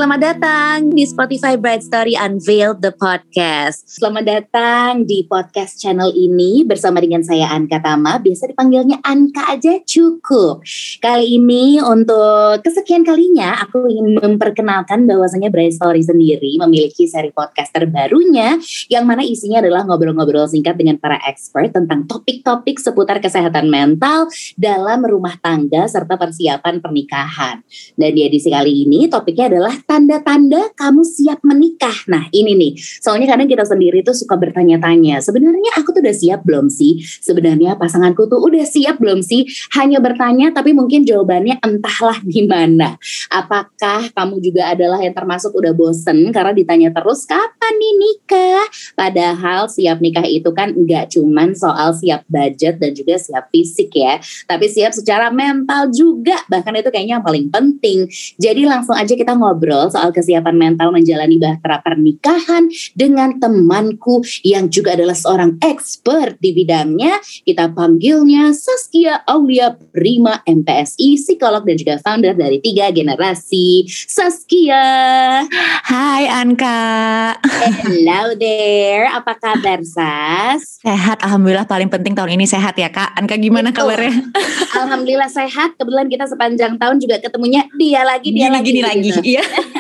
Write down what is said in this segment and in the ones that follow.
Selamat datang di Spotify Bright Story Unveiled the Podcast. Selamat datang di podcast channel ini bersama dengan saya Anka Tama. Biasa dipanggilnya Anka aja cukup. Kali ini untuk kesekian kalinya aku ingin memperkenalkan bahwasanya Bright Story sendiri memiliki seri podcast terbarunya yang mana isinya adalah ngobrol-ngobrol singkat dengan para expert tentang topik-topik seputar kesehatan mental dalam rumah tangga serta persiapan pernikahan. Dan di edisi kali ini topiknya adalah tanda-tanda kamu siap menikah. Nah ini nih, soalnya kadang kita sendiri tuh suka bertanya-tanya, sebenarnya aku tuh udah siap belum sih? Sebenarnya pasanganku tuh udah siap belum sih? Hanya bertanya tapi mungkin jawabannya entahlah gimana. Apakah kamu juga adalah yang termasuk udah bosen karena ditanya terus kapan nih nikah? Padahal siap nikah itu kan enggak cuman soal siap budget dan juga siap fisik ya, tapi siap secara mental juga. Bahkan itu kayaknya yang paling penting. Jadi langsung aja kita ngobrol soal kesiapan mental menjalani bahtera pernikahan dengan temanku yang juga adalah seorang expert di bidangnya. Kita panggilnya Saskia Aulia Prima, MPSI, psikolog dan juga founder dari 3 Generasi. Saskia. Hai Anka. Hello there. Apa kabar Sas? Sehat, alhamdulillah. Paling penting tahun ini sehat ya Kak. Anka gimana kabarnya? Alhamdulillah sehat. Kebetulan kita sepanjang tahun juga ketemunya dia lagi. Gitu. Iya.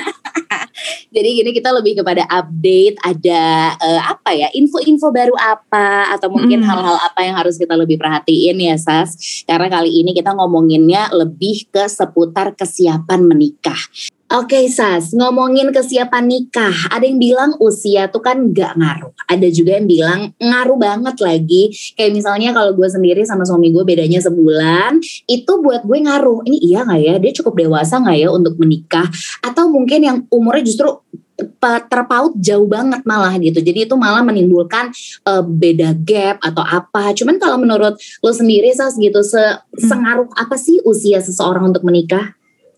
Jadi gini, kita lebih kepada update, ada info-info baru apa, atau mungkin hal-hal apa yang harus kita lebih perhatiin ya Sas. Karena kali ini kita ngomonginnya lebih ke seputar kesiapan menikah. Oke Sas, ngomongin kesiapan nikah, ada yang bilang usia tuh kan gak ngaruh, ada juga yang bilang ngaruh banget lagi. Kayak misalnya kalau gue sendiri sama suami gue bedanya sebulan, itu buat gue ngaruh. Ini iya gak ya, dia cukup dewasa gak ya untuk menikah? Atau mungkin yang umurnya justru terpaut jauh banget malah gitu. Jadi itu malah menimbulkan beda gap atau apa. Cuman kalau menurut lo sendiri Sas gitu, sengaruh apa sih usia seseorang untuk menikah?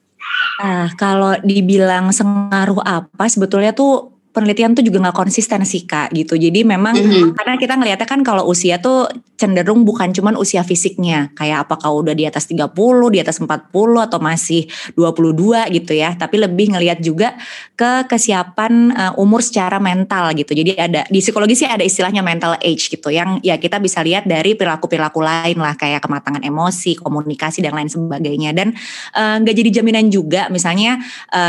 Kalau dibilang sengaruh apa, sebetulnya tuh penelitian tuh juga gak konsisten sih Kak gitu. Jadi memang karena kita ngelihatnya kan kalau usia tuh cenderung bukan cuman usia fisiknya, kayak apakah udah di atas 30, di atas 40 atau masih 22 gitu ya. Tapi lebih ngelihat juga ke kesiapan umur secara mental gitu. Jadi ada di psikologi sih ada istilahnya mental age gitu, yang ya kita bisa lihat dari perilaku-perilaku lain lah, kayak kematangan emosi, komunikasi dan lain sebagainya. Dan gak jadi jaminan juga misalnya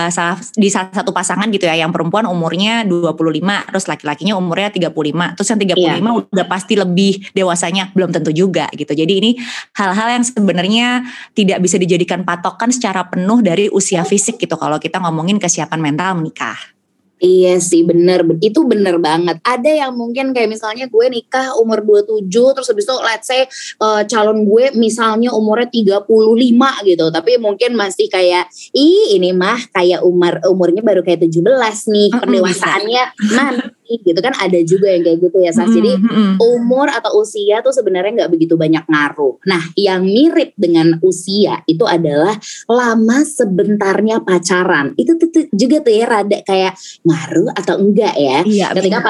di salah satu pasangan gitu ya, yang perempuan umurnya 25, terus laki-lakinya umurnya 35, terus yang 35 udah pasti lebih dewasanya, belum tentu juga gitu. Jadi ini hal-hal yang sebenarnya tidak bisa dijadikan patokan secara penuh dari usia fisik gitu kalau kita ngomongin kesiapan mental menikah. Iya sih bener, itu bener banget. Ada yang mungkin kayak misalnya gue nikah umur 27, terus habis itu let's say calon gue misalnya umurnya 35 gitu, tapi mungkin masih kayak ini mah kayak umurnya baru kayak 17 nih, pendewasaannya mana gitu kan, ada juga yang kayak gitu ya Sas. Jadi umur atau usia tuh sebenarnya gak begitu banyak ngaruh. Nah yang mirip dengan usia itu adalah lama sebentarnya pacaran. Itu tuh juga tuh ya rada kayak ngaruh atau enggak ya. Iya, ketika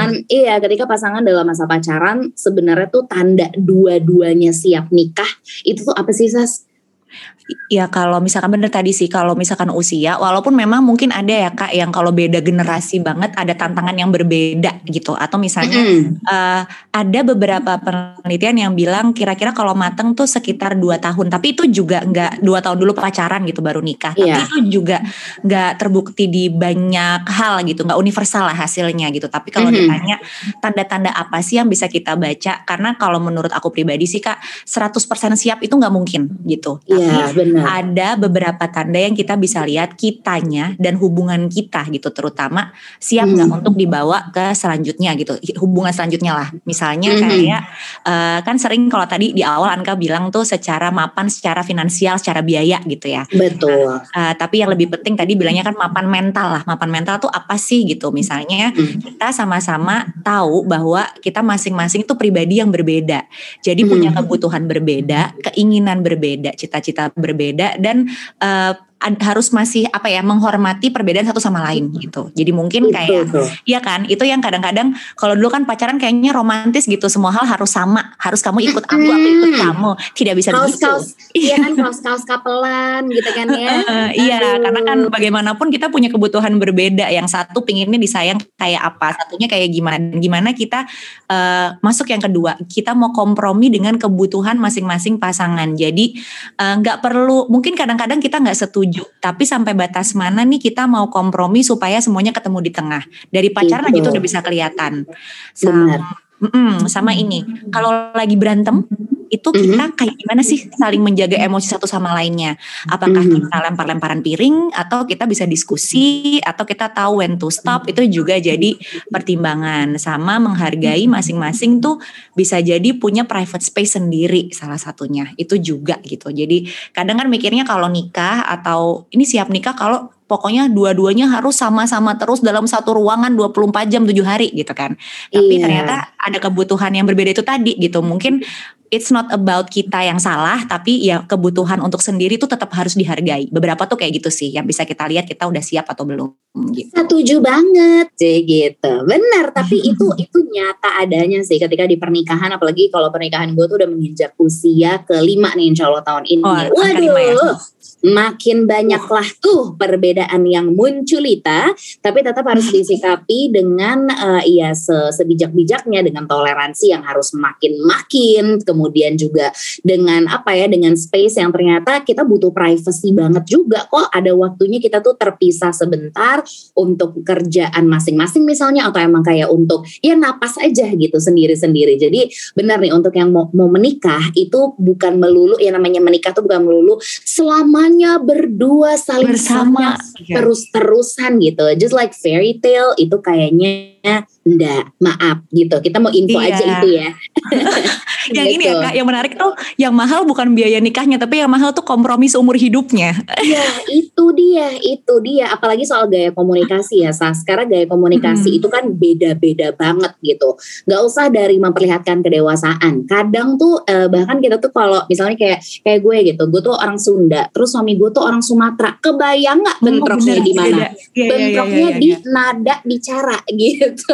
pasangan dalam masa pacaran sebenarnya tuh tanda dua-duanya siap nikah. Itu tuh apa sih Sas? Ya kalau misalkan bener tadi sih, kalau misalkan usia, walaupun memang mungkin ada ya Kak yang kalau beda generasi banget ada tantangan yang berbeda gitu. Atau misalnya ada beberapa penelitian yang bilang kira-kira kalau mateng tuh sekitar 2 tahun. Tapi itu juga gak 2 tahun dulu pacaran gitu baru nikah. Tapi itu juga gak terbukti di banyak hal gitu, gak universal lah hasilnya gitu. Tapi kalau ditanya tanda-tanda apa sih yang bisa kita baca, karena kalau menurut aku pribadi sih Kak 100% siap itu gak mungkin gitu. Tapi ada beberapa tanda yang kita bisa lihat kitanya dan hubungan kita gitu, terutama siap gak untuk dibawa ke selanjutnya gitu, hubungan selanjutnya lah. Misalnya kayak kan sering kalau tadi di awal Anka bilang tuh secara mapan, secara finansial, secara biaya gitu ya. Betul. Tapi yang lebih penting tadi bilangnya kan mapan mental lah. Mapan mental tuh apa sih gitu. Misalnya kita sama-sama tahu bahwa kita masing-masing tuh pribadi yang berbeda. Jadi punya kebutuhan berbeda, keinginan berbeda, cita-cita berbeda, dan harus masih menghormati perbedaan satu sama lain gitu. Jadi mungkin kayak ya kan, itu yang kadang-kadang kalau dulu kan pacaran kayaknya romantis gitu, semua hal harus sama, harus kamu ikut aku ikut kamu, tidak bisa begitu. Iya kan, kaos kapelan gitu kan ya. Iya, karena kan bagaimanapun kita punya kebutuhan berbeda. Yang satu pinginnya disayang kayak apa, satunya kayak gimana kita masuk yang kedua, kita mau kompromi dengan kebutuhan masing-masing pasangan. Jadi nggak perlu, mungkin kadang-kadang kita nggak setuju, tapi sampai batas mana nih kita mau kompromi supaya semuanya ketemu di tengah. Dari pacaran aja itu udah bisa kelihatan. Sama ini, kalau lagi berantem itu kita kayak gimana sih saling menjaga emosi satu sama lainnya? Apakah kita lempar-lemparan piring, atau kita bisa diskusi, atau kita tahu when to stop? Itu juga jadi pertimbangan. Sama menghargai masing-masing tuh bisa jadi punya private space sendiri, salah satunya itu juga gitu. Jadi kadang kan mikirnya kalau nikah atau ini siap nikah kalau pokoknya dua-duanya harus sama-sama terus dalam satu ruangan 24 jam 7 hari gitu kan. Tapi ternyata ada kebutuhan yang berbeda itu tadi gitu. Mungkin it's not about kita yang salah, tapi ya kebutuhan untuk sendiri tuh tetap harus dihargai. Beberapa tuh kayak gitu sih, yang bisa kita lihat kita udah siap atau belum. Gitu. Setuju banget sih gitu. Benar, tapi itu nyata adanya sih ketika di pernikahan, apalagi kalau pernikahan gue tuh udah menginjak usia ke-5 nih insya Allah tahun ini. Waduh, makin banyaklah tuh perbedaan yang munculita, tapi tetap harus disikapi dengan sebijak-bijaknya, dengan toleransi yang harus makin, kemudian juga dengan dengan space yang ternyata kita butuh privacy banget juga kok. Ada waktunya kita tuh terpisah sebentar untuk kerjaan masing-masing misalnya, atau emang kayak untuk ya napas aja gitu sendiri-sendiri. Jadi benar nih, untuk yang mau menikah itu bukan melulu, ya namanya menikah tuh bukan melulu selamanya berdua saling bersama terus-terusan gitu. Just like fairy tale itu kayaknya enggak, maaf gitu. Kita mau info aja itu ya. Yang gitu. Ini ya Kak, yang menarik tuh yang mahal bukan biaya nikahnya, tapi yang mahal tuh kompromi seumur hidupnya. Iya, itu dia. Apalagi soal gaya komunikasi ya, Sas. Karena gaya komunikasi itu kan beda-beda banget gitu. Gak usah dari memperlihatkan kedewasaan. Kadang tuh bahkan kita tuh kalau misalnya kayak gue gitu, gue tuh orang Sunda, terus suami gue tuh orang Sumatera. Kebayang gak bentroknya di mana? Bentroknya di nada bicara gitu.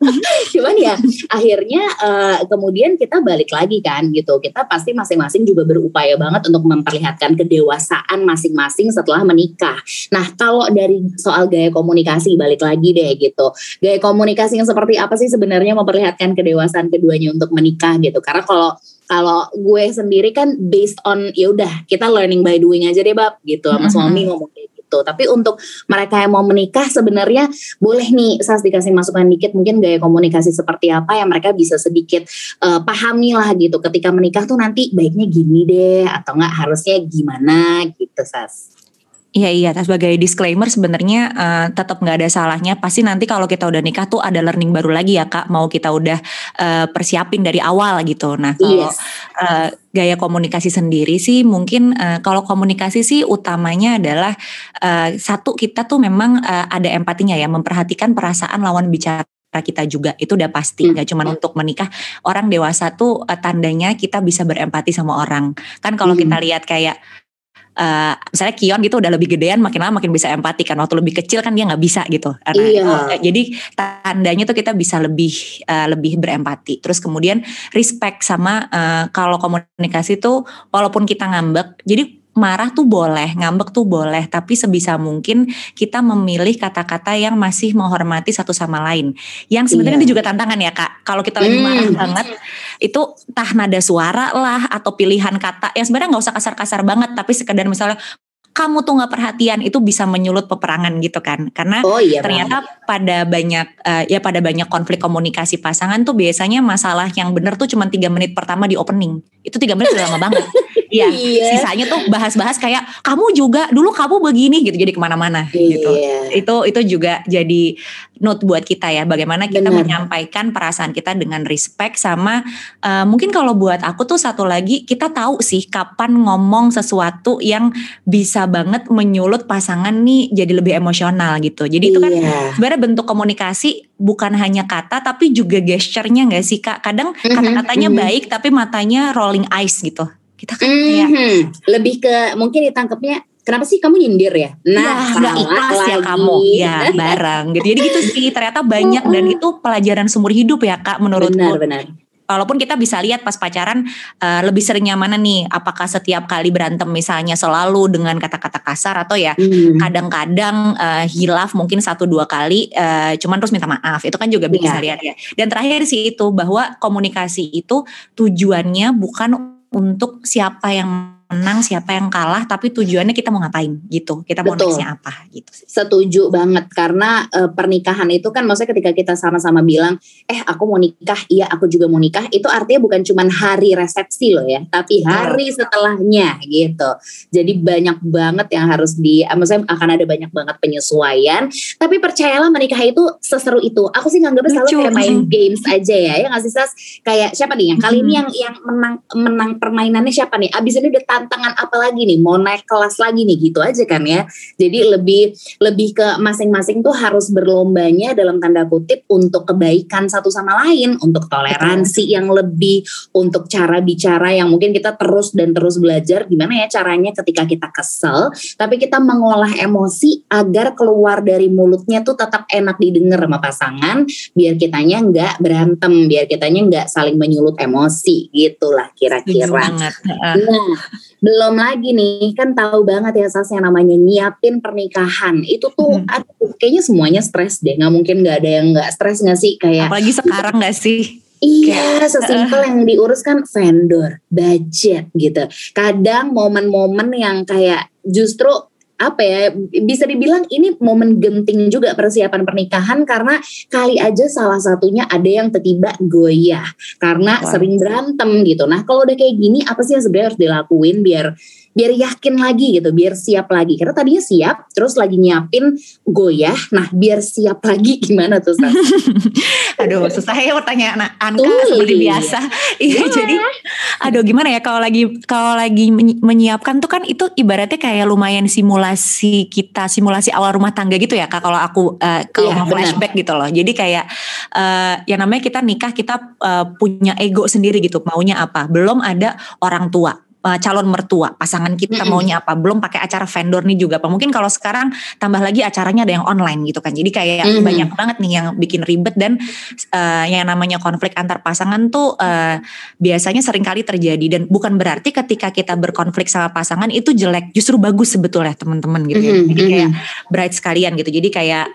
Cuman ya akhirnya kemudian kita balik lagi kan gitu. Kita pasti masing-masing juga berupaya banget untuk memperlihatkan kedewasaan masing-masing setelah menikah. Nah, kalau dari soal gaya komunikasi, balik lagi deh gitu. Gaya komunikasi yang seperti apa sih sebenarnya memperlihatkan kedewasaan keduanya untuk menikah gitu. Karena kalau gue sendiri kan based on ya udah kita learning by doing aja deh Bab gitu, sama suami ngomong kayak gitu. Tapi untuk mereka yang mau menikah sebenarnya boleh nih Sas dikasih masukan dikit, mungkin gaya komunikasi seperti apa yang mereka bisa sedikit pahami lah gitu ketika menikah tuh nanti baiknya gini deh atau enggak harusnya gimana gitu Sas. Iya, sebagai disclaimer sebenarnya tetap nggak ada salahnya. Pasti nanti kalau kita udah nikah tuh ada learning baru lagi ya Kak. Mau kita udah persiapin dari awal gitu. Nah kalau gaya komunikasi sendiri sih mungkin kalau komunikasi sih utamanya adalah satu, kita tuh memang ada empatinya ya, memperhatikan perasaan lawan bicara kita juga, itu udah pasti. Gak cuma untuk menikah, orang dewasa tuh tandanya kita bisa berempati sama orang. Kan kalau kita lihat kayak misalnya Kion gitu udah lebih gedean, makin lama makin bisa empati kan. Waktu lebih kecil kan dia nggak bisa gitu. Jadi tandanya tuh kita bisa lebih berempati. Terus kemudian respect sama kalau komunikasi tuh walaupun kita ngambek, jadi marah tuh boleh, ngambek tuh boleh, tapi sebisa mungkin kita memilih kata-kata yang masih menghormati satu sama lain. Yang sebenarnya itu juga tantangan ya Kak. Kalau kita lagi marah banget, itu entah nada suara lah atau pilihan kata yang sebenarnya nggak usah kasar-kasar banget, tapi sekedar misalnya kamu tuh nggak perhatian, itu bisa menyulut peperangan gitu kan. Karena ternyata pada banyak konflik komunikasi pasangan tuh biasanya masalah yang bener tuh cuma 3 menit pertama di opening. Itu 3 menit udah lama banget. Iya, sisanya tuh bahas-bahas kayak kamu juga dulu kamu begini gitu, jadi kemana-mana gitu. Itu juga jadi note buat kita ya, bagaimana kita menyampaikan perasaan kita dengan respect sama mungkin kalau buat aku tuh satu lagi, kita tahu sih kapan ngomong sesuatu yang bisa banget menyulut pasangan nih jadi lebih emosional gitu. Jadi itu kan sebenarnya bentuk komunikasi bukan hanya kata tapi juga gesturnya nggak sih Kak? Kadang kata-katanya baik tapi matanya rolling eyes gitu. Kita kan kayak lebih ke mungkin ditangkapnya kenapa sih kamu nyindir ya? Nah, nggak ikhlas ya kamu, ya bareng gitu. Jadi gitu sih, ternyata banyak dan itu pelajaran seumur hidup ya Kak menurutku. Benar. Walaupun kita bisa lihat pas pacaran lebih seringnya mana nih, apakah setiap kali berantem misalnya selalu dengan kata-kata kasar atau ya kadang-kadang hilaf mungkin 1-2 kali cuman terus minta maaf, itu kan juga bisa lihat ya. Dan terakhir sih itu bahwa komunikasi itu tujuannya bukan untuk siapa yang menang, siapa yang kalah, tapi tujuannya kita mau ngapain gitu, kita mau nextnya apa gitu. Setuju banget, karena pernikahan itu kan maksudnya ketika kita sama-sama bilang, aku mau nikah, iya aku juga mau nikah, itu artinya bukan cuma hari resepsi loh ya, tapi hari setelahnya gitu. Jadi banyak banget yang harus maksudnya akan ada banyak banget penyesuaian, tapi percayalah menikah itu seseru itu. Aku sih nganggapnya selalu kayak main games aja ya nggak sih Sas? Kayak siapa nih yang kali ini yang menang permainannya siapa nih? Abis ini udah tantangan apa lagi nih, mau naik kelas lagi nih, gitu aja kan ya. Jadi lebih ke masing-masing tuh harus berlombanya dalam tanda kutip untuk kebaikan satu sama lain, untuk toleransi yang lebih, untuk cara bicara yang mungkin kita terus belajar gimana ya caranya ketika kita kesel, tapi kita mengolah emosi agar keluar dari mulutnya tuh tetap enak didengar sama pasangan, biar kitanya nggak berantem, biar kitanya nggak saling menyulut emosi, gitulah kira-kira. Nah, belum lagi nih, kan tahu banget ya Sas yang namanya nyiapin pernikahan. Itu tuh kayaknya semuanya stres deh. Gak mungkin gak ada yang gak stres gak sih? Kayak, apalagi sekarang gak sih? Iya, sesimpel yang diurus kan vendor, budget gitu. Kadang momen-momen yang kayak justru apa ya, bisa dibilang ini momen genting juga persiapan pernikahan, karena kali aja salah satunya ada yang tiba-tiba goyah karena sering berantem gitu. Nah kalau udah kayak gini, apa sih yang sebenarnya harus dilakuin biar yakin lagi gitu, biar siap lagi? Karena tadinya siap, terus lagi nyiapin goyah, nah biar siap lagi gimana tuh Sas? Aduh susah ya pertanyaan Anka seperti biasa. Iya jadi aduh gimana ya, kalau lagi menyiapkan tuh kan itu ibaratnya kayak lumayan simulasi awal rumah tangga gitu ya Kak, kalau aku mau flashback gitu loh. Jadi kayak yang namanya kita nikah, kita punya ego sendiri gitu, maunya apa. Belum ada orang tua, calon mertua pasangan kita maunya apa, belum pakai acara vendor nih juga. Mungkin kalau sekarang tambah lagi acaranya ada yang online gitu kan, jadi kayak banyak banget nih yang bikin ribet. Dan yang namanya konflik antar pasangan tuh biasanya sering kali terjadi, dan bukan berarti ketika kita berkonflik sama pasangan itu jelek, justru bagus sebetulnya teman-teman gitu ya. Jadi kayak bride sekalian gitu, jadi kayak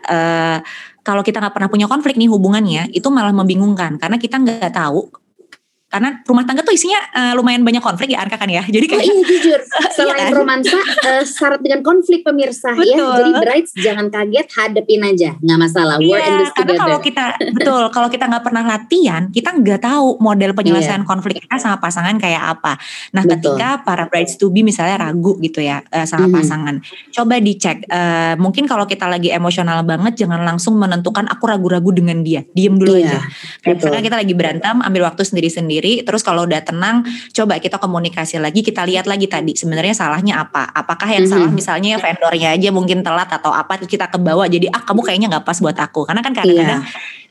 kalau kita gak pernah punya konflik nih hubungannya, itu malah membingungkan karena kita gak tahu. Karena rumah tangga tuh isinya lumayan banyak konflik ya Anka kan ya. Jadi kayak jujur, selain romansa syarat dengan konflik pemirsa. Betul. Ya. Jadi brides jangan kaget, hadepin aja, nggak masalah. We're in this together. Karena kalau kita nggak pernah latihan, kita nggak tahu model penyelesaian konflik kita sama pasangan kayak apa. Nah ketika para brides to be misalnya ragu gitu ya sama pasangan, coba dicek. Mungkin kalau kita lagi emosional banget, jangan langsung menentukan aku ragu-ragu dengan dia. Diem dulu aja. Misalnya kita lagi berantem, ambil waktu sendiri-sendiri. Terus kalau udah tenang, coba kita komunikasi lagi, kita lihat lagi tadi sebenarnya salahnya apa. Apakah yang salah misalnya vendornya aja mungkin telat atau apa, kita kebawa jadi kamu kayaknya gak pas buat aku. Karena kan kadang-kadang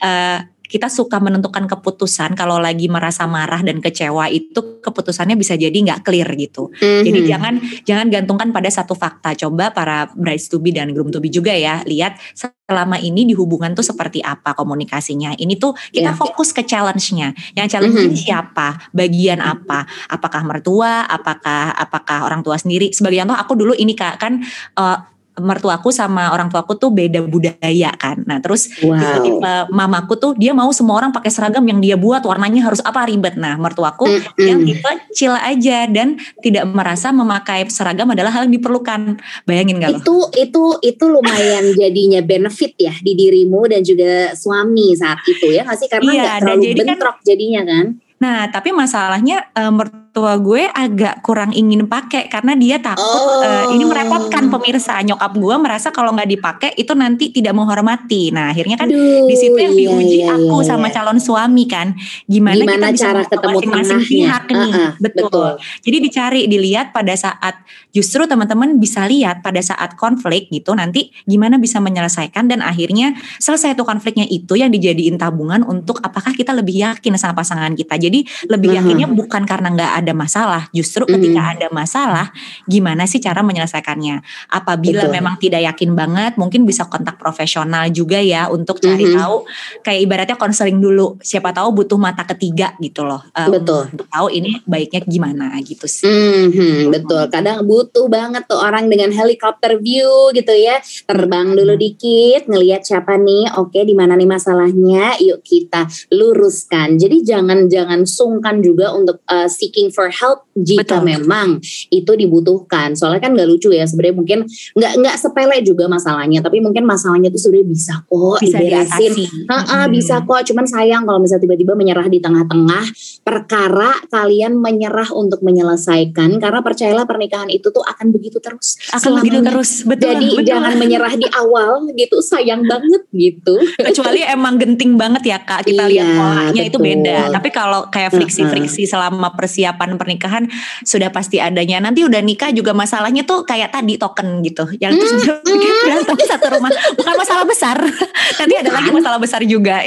kita suka menentukan keputusan kalau lagi merasa marah dan kecewa, itu keputusannya bisa jadi nggak clear gitu. Jadi jangan gantungkan pada satu fakta. Coba para brides to be dan groom to be juga ya, lihat selama ini di hubungan tuh seperti apa komunikasinya. Ini tuh kita fokus ke challenge-nya. Yang challenge siapa? Bagian apa? Apakah mertua? Apakah orang tua sendiri? Sebagai contoh aku dulu ini Kak, kan mertuaku sama orang tuaku tuh beda budaya kan. Nah terus tipe mamaku tuh dia mau semua orang pakai seragam yang dia buat, warnanya harus apa, ribet. Nah mertuaku yang tipe chill aja dan tidak merasa memakai seragam adalah hal yang diperlukan. Bayangin gak lo? Itu lumayan jadinya benefit ya di dirimu dan juga suami saat itu ya nggak sih? Karena nggak terlalu bentrok jadinya kan. Nah tapi masalahnya mertua gue agak kurang ingin pakai karena dia takut ini merepotkan pemirsa. Nyokap gue merasa kalau nggak dipakai itu nanti tidak menghormati. Nah akhirnya kan di situ yang diuji aku sama calon suami kan. Gimana kita bisa cara ketemu masing-masing pihak nih. Betul. Jadi dilihat pada saat, justru teman-teman bisa lihat pada saat konflik gitu nanti gimana bisa menyelesaikan, dan akhirnya selesai tuh konfliknya, itu yang dijadiin tabungan untuk apakah kita lebih yakin sama pasangan kita. Jadi lebih yakinnya bukan karena nggak ada masalah. Justru ketika ada masalah, gimana sih cara menyelesaikannya? Apabila memang tidak yakin banget, mungkin bisa kontak profesional juga ya untuk cari tahu, kayak ibaratnya konseling dulu. Siapa tahu butuh mata ketiga gitu loh. Untuk tahu ini baiknya gimana gitu sih. Betul. Kadang butuh banget tuh orang dengan helikopter view gitu ya. Terbang dulu dikit, ngelihat siapa nih, oke di mana nih masalahnya, yuk kita luruskan. Jadi jangan sungkan juga untuk seeking for help jika memang itu dibutuhkan. Soalnya kan nggak lucu ya sebenarnya, mungkin nggak sepele juga masalahnya, tapi mungkin masalahnya tuh sebenarnya bisa kok diberesin. Bisa kok. Cuman sayang kalau misalnya tiba-tiba menyerah di tengah-tengah perkara, kalian menyerah untuk menyelesaikan, karena percayalah pernikahan itu tuh akan begitu terus. Betul. Jadi jangan menyerah di awal gitu, sayang banget gitu. Kecuali emang genting banget ya Kak, kita lihat polanya itu beda. Tapi kalau kayak friksi-friksi selama persiapan pernikahan sudah pasti adanya. Nanti udah nikah juga masalahnya tuh kayak tadi token gitu. Yang terus berantem satu rumah, bukan masalah besar. Nanti ada lagi masalah besar juga.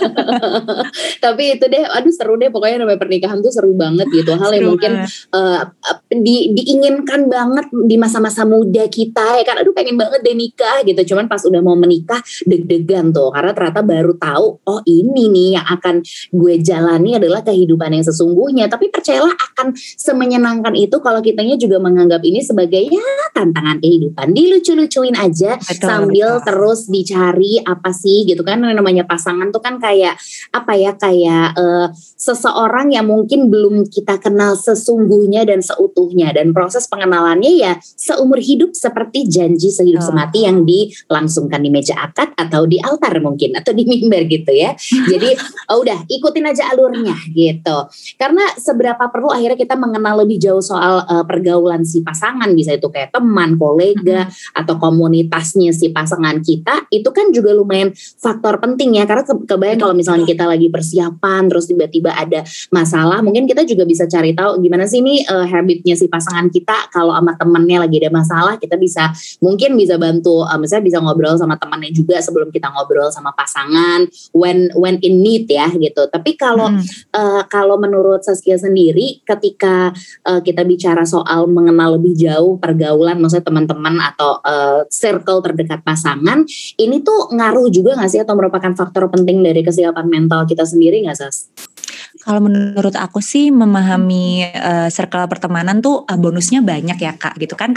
Tapi itu deh, aduh seru deh pokoknya namanya pernikahan tuh seru banget gitu. Hal yang mungkin diinginkan banget di masa-masa muda kita ya kan. Aduh pengen banget deh nikah gitu. Cuman pas udah mau menikah deg-degan tuh, karena ternyata baru tahu oh ini nih yang akan gue jalani adalah kehidupan yang sesungguhnya. Tapi percayalah akan semenyenangkan itu kalau kitanya juga menganggap ini sebagai ya tantangan kehidupan, dilucu-lucuin aja sambil terus dicari apa sih gitu kan. Namanya pasangan tuh kan kayak apa ya, kayak seseorang yang mungkin belum kita kenal sesungguhnya dan seutuhnya, dan proses pengenalannya ya seumur hidup seperti janji sehidup semati yang dilangsungkan di meja akad atau di altar mungkin atau di mimbar gitu ya. Jadi udah ikutin aja alurnya gitu. Karena seberapa perlu akhirnya kita mengenal lebih jauh soal pergaulan si pasangan, bisa itu kayak teman, kolega atau komunitasnya si pasangan kita, itu kan juga lumayan faktor penting ya. Karena kebayang kalau misalnya kita lagi persiapan terus tiba-tiba ada masalah, mungkin kita juga bisa cari tahu gimana sih nih habitnya si pasangan kita. Kalau sama temennya lagi ada masalah, kita mungkin bisa bantu, misalnya bisa ngobrol sama temannya juga sebelum kita ngobrol sama pasangan when in need ya gitu. Tapi kalau menurut Saskia sendiri, ketika kita bicara soal mengenal lebih jauh pergaulan, maksudnya teman-teman atau circle terdekat pasangan, ini tuh ngaruh juga nggak sih atau merupakan faktor penting dari kesiapan mental kita sendiri nggak, Sas? Kalau menurut aku sih memahami circle pertemanan tuh bonusnya banyak ya Kak gitu kan.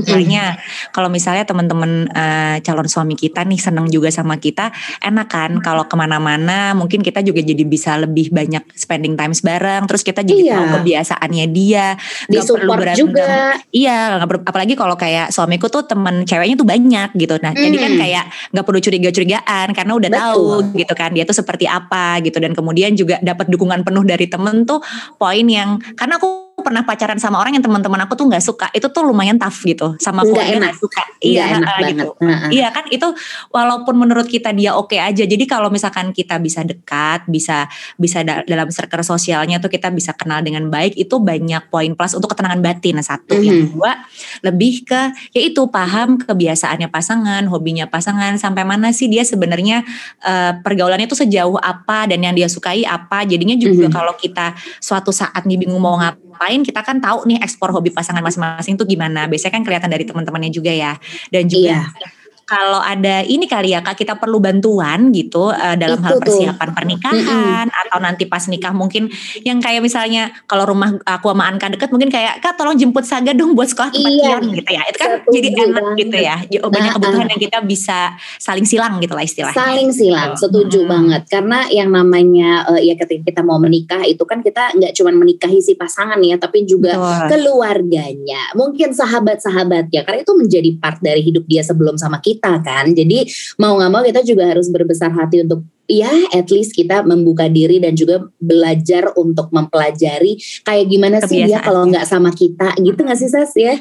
Kalau misalnya teman-teman calon suami kita nih seneng juga sama kita, enak kan kalau kemana-mana mungkin kita juga jadi bisa lebih banyak spending time bareng. Terus kita jadi tahu kebiasaannya dia, gak perlu berantem juga. Iya, apalagi kalau kayak suamiku tuh temen ceweknya tuh banyak gitu. Nah jadi kan kayak gak perlu curiga-curigaan karena udah tahu gitu kan dia tuh seperti apa gitu. Dan kemudian juga dapat dukungan penuh dari temen tuh poin yang, karena aku pernah pacaran sama orang yang teman-teman aku tuh nggak suka, itu tuh lumayan tough gitu, sama keluarga nggak suka, gitu. Iya kan, itu walaupun menurut kita dia oke aja. Jadi kalau misalkan kita bisa dekat, bisa dalam circle sosialnya tuh kita bisa kenal dengan baik, itu banyak poin plus untuk ketenangan batin. Satu, yang kedua lebih ke yaitu paham kebiasaannya pasangan, hobinya pasangan, sampai mana sih dia sebenarnya pergaulannya tuh sejauh apa dan yang dia sukai apa. Jadinya juga kalau kita suatu saat nih bingung mau ngapain, kita kan tahu nih ekspor hobi pasangan masing-masing tuh gimana. Biasanya kan kelihatan dari teman-temannya juga ya. Dan juga kalau ada ini kali ya Kak, kita perlu bantuan gitu dalam hal persiapan pernikahan atau nanti pas nikah, mungkin yang kayak misalnya kalau rumah aku sama Anka deket, mungkin kayak Kak tolong jemput Saga dong buat sekolah tempat Kion gitu ya. Itu kan jadi enak gitu ya. Banyak kebutuhan yang kita bisa saling silang gitu lah istilahnya. Saling silang, setuju banget. Karena yang namanya ya ketika kita mau menikah itu kan kita nggak cuma menikahi si pasangan ya, tapi juga keluarganya, mungkin sahabat-sahabatnya, karena itu menjadi part dari hidup dia sebelum sama kita kan. Jadi mau gak mau kita juga harus berbesar hati untuk ya at least kita membuka diri dan juga belajar untuk mempelajari kayak gimana sih dia kalau gak sama kita gitu gak sih Sas ya?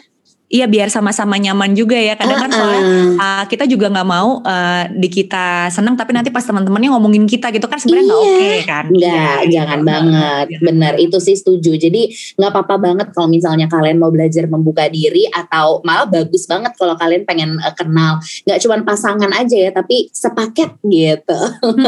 Iya, biar sama-sama nyaman juga ya. Kadang kan soalnya kita juga nggak mau di kita seneng tapi nanti pas teman-temannya ngomongin kita gitu kan sebenarnya nggak oke kan. Nggak, jangan banget. Bener, itu sih setuju. Jadi nggak apa-apa banget kalau misalnya kalian mau belajar membuka diri, atau malah bagus banget kalau kalian pengen kenal nggak cuma pasangan aja ya, tapi sepaket gitu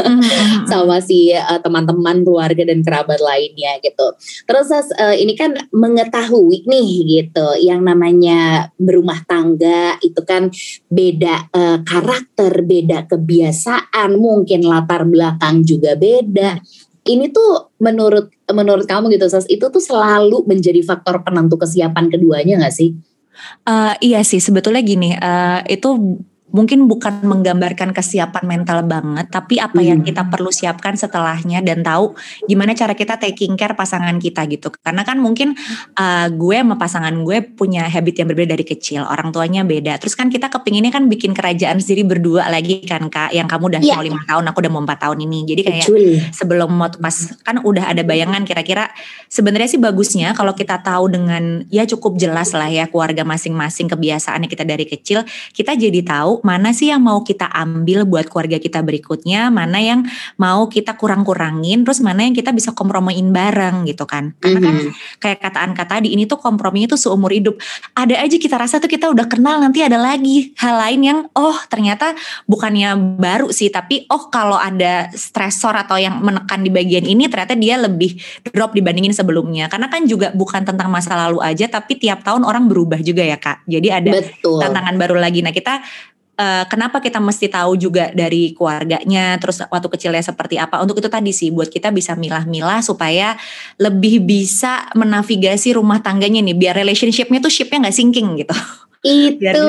sama si teman-teman, keluarga dan kerabat lainnya gitu. Terus ini kan mengetahui nih gitu, yang namanya berumah tangga itu kan beda karakter, beda kebiasaan, mungkin latar belakang juga beda. Ini tuh menurut kamu gitu, Sas, itu tuh selalu menjadi faktor penentu kesiapan keduanya gak sih? Iya sih, sebetulnya gini, itu mungkin bukan menggambarkan kesiapan mental banget, tapi apa yang kita perlu siapkan setelahnya dan tahu gimana cara kita taking care pasangan kita gitu. Karena kan mungkin gue sama pasangan gue punya habit yang berbeda dari kecil, orang tuanya beda. Terus kan kita kepinginnya kan bikin kerajaan sendiri berdua lagi kan Kak, yang kamu udah mau 5 tahun, aku udah mau 4 tahun ini. Jadi kayak sebelum mau pas kan udah ada bayangan kira-kira sebenarnya sih bagusnya kalau kita tahu dengan ya cukup jelas lah ya keluarga masing-masing, kebiasaannya kita dari kecil, kita jadi tahu mana sih yang mau kita ambil buat keluarga kita berikutnya, mana yang mau kita kurang-kurangin, terus mana yang kita bisa kompromiin bareng gitu kan. Karena kan kayak kata Anka tadi, ini tuh komprominya tuh seumur hidup. Ada aja kita rasa tuh kita udah kenal, nanti ada lagi hal lain yang ternyata bukannya baru sih, tapi kalau ada stresor atau yang menekan di bagian ini ternyata dia lebih drop dibandingin sebelumnya. Karena kan juga bukan tentang masa lalu aja, tapi tiap tahun orang berubah juga ya Kak. Jadi ada tantangan baru lagi. Nah kita kenapa kita mesti tahu juga dari keluarganya, terus waktu kecilnya seperti apa. Untuk itu tadi sih, buat kita bisa milah-milah supaya lebih bisa menavigasi rumah tangganya nih, biar relationship-nya tuh ship-nya gak sinking gitu. Itu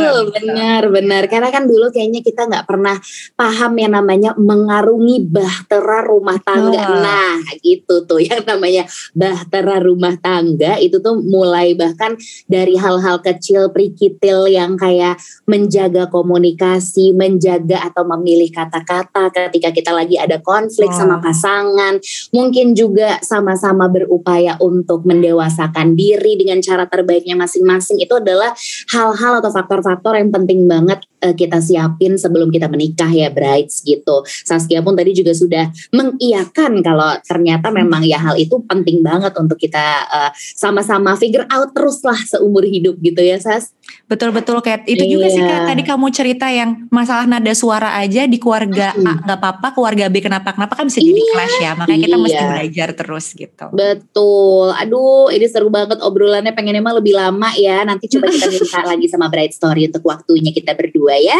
benar. Karena kan dulu kayaknya kita nggak pernah paham yang namanya mengarungi bahtera rumah tangga. Nah gitu tuh yang namanya bahtera rumah tangga itu tuh mulai bahkan dari hal-hal kecil prikitil yang kayak menjaga komunikasi, menjaga atau memilih kata-kata ketika kita lagi ada konflik sama pasangan. Mungkin juga sama-sama berupaya untuk mendewasakan diri dengan cara terbaiknya masing-masing. Itu adalah hal-hal atau faktor-faktor yang penting banget kita siapin sebelum kita menikah ya brides gitu. Saskia pun tadi juga sudah mengiyakan kalau ternyata memang ya hal itu penting banget untuk kita sama-sama figure out terus lah seumur hidup gitu ya Sas. Betul-betul kayak itu juga sih kayak tadi kamu cerita yang masalah nada suara aja di keluarga A gak apa-apa, keluarga B kenapa-kenapa kan bisa jadi clash ya. Makanya kita mesti belajar terus gitu. Betul. Aduh ini seru banget obrolannya, pengennya mah lebih lama ya. Nanti coba kita minta lagi sama Bride Story untuk waktunya kita berdua ya.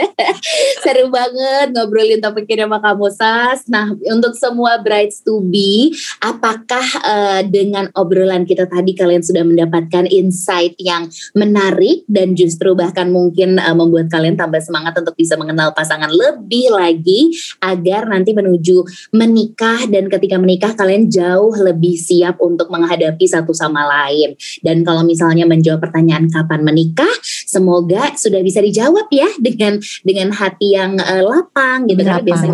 Seru banget ngobrolin topiknya sama kamu Sas. Nah untuk semua brides to be, apakah dengan obrolan kita tadi kalian sudah mendapatkan insight yang menarik dan justru bahkan mungkin membuat kalian tambah semangat untuk bisa mengenal pasangan lebih lagi agar nanti menuju menikah, dan ketika menikah kalian jauh lebih siap untuk menghadapi satu sama lain. Dan kalau misalnya menjawab pertanyaan kapan menikah, semoga sudah bisa dijawab ya dengan hati yang lapang gitu. Karena biasanya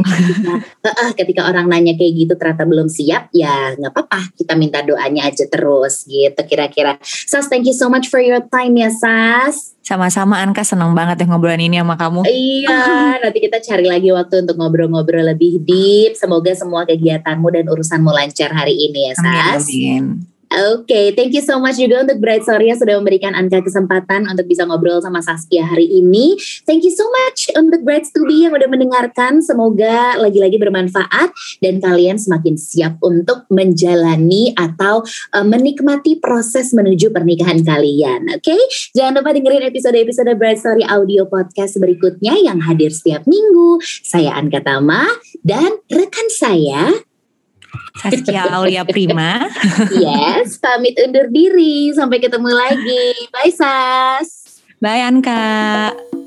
ketika orang nanya kayak gitu ternyata belum siap, ya nggak apa-apa, kita minta doanya aja terus gitu kira-kira. Sas, thank you so much for your time ya Sas. Sama-sama Anka, seneng banget ya ngobrolin ini sama kamu. Iya, nanti kita cari lagi waktu untuk ngobrol-ngobrol lebih deep. Semoga semua kegiatanmu dan urusanmu lancar hari ini ya Sas. Amin. Oke, thank you so much juga untuk Bride Story yang sudah memberikan Anka kesempatan untuk bisa ngobrol sama Saskia hari ini. Thank you so much untuk Brides to be yang udah mendengarkan. Semoga lagi-lagi bermanfaat dan kalian semakin siap untuk menjalani atau menikmati proses menuju pernikahan kalian. Oke, jangan lupa dengerin episode-episode Bride Story audio podcast berikutnya yang hadir setiap minggu. Saya Anka Tama dan rekan saya Saskia Aulia Prima. Yes, pamit undur diri. Sampai ketemu lagi. Bye Sas. Bye Anka.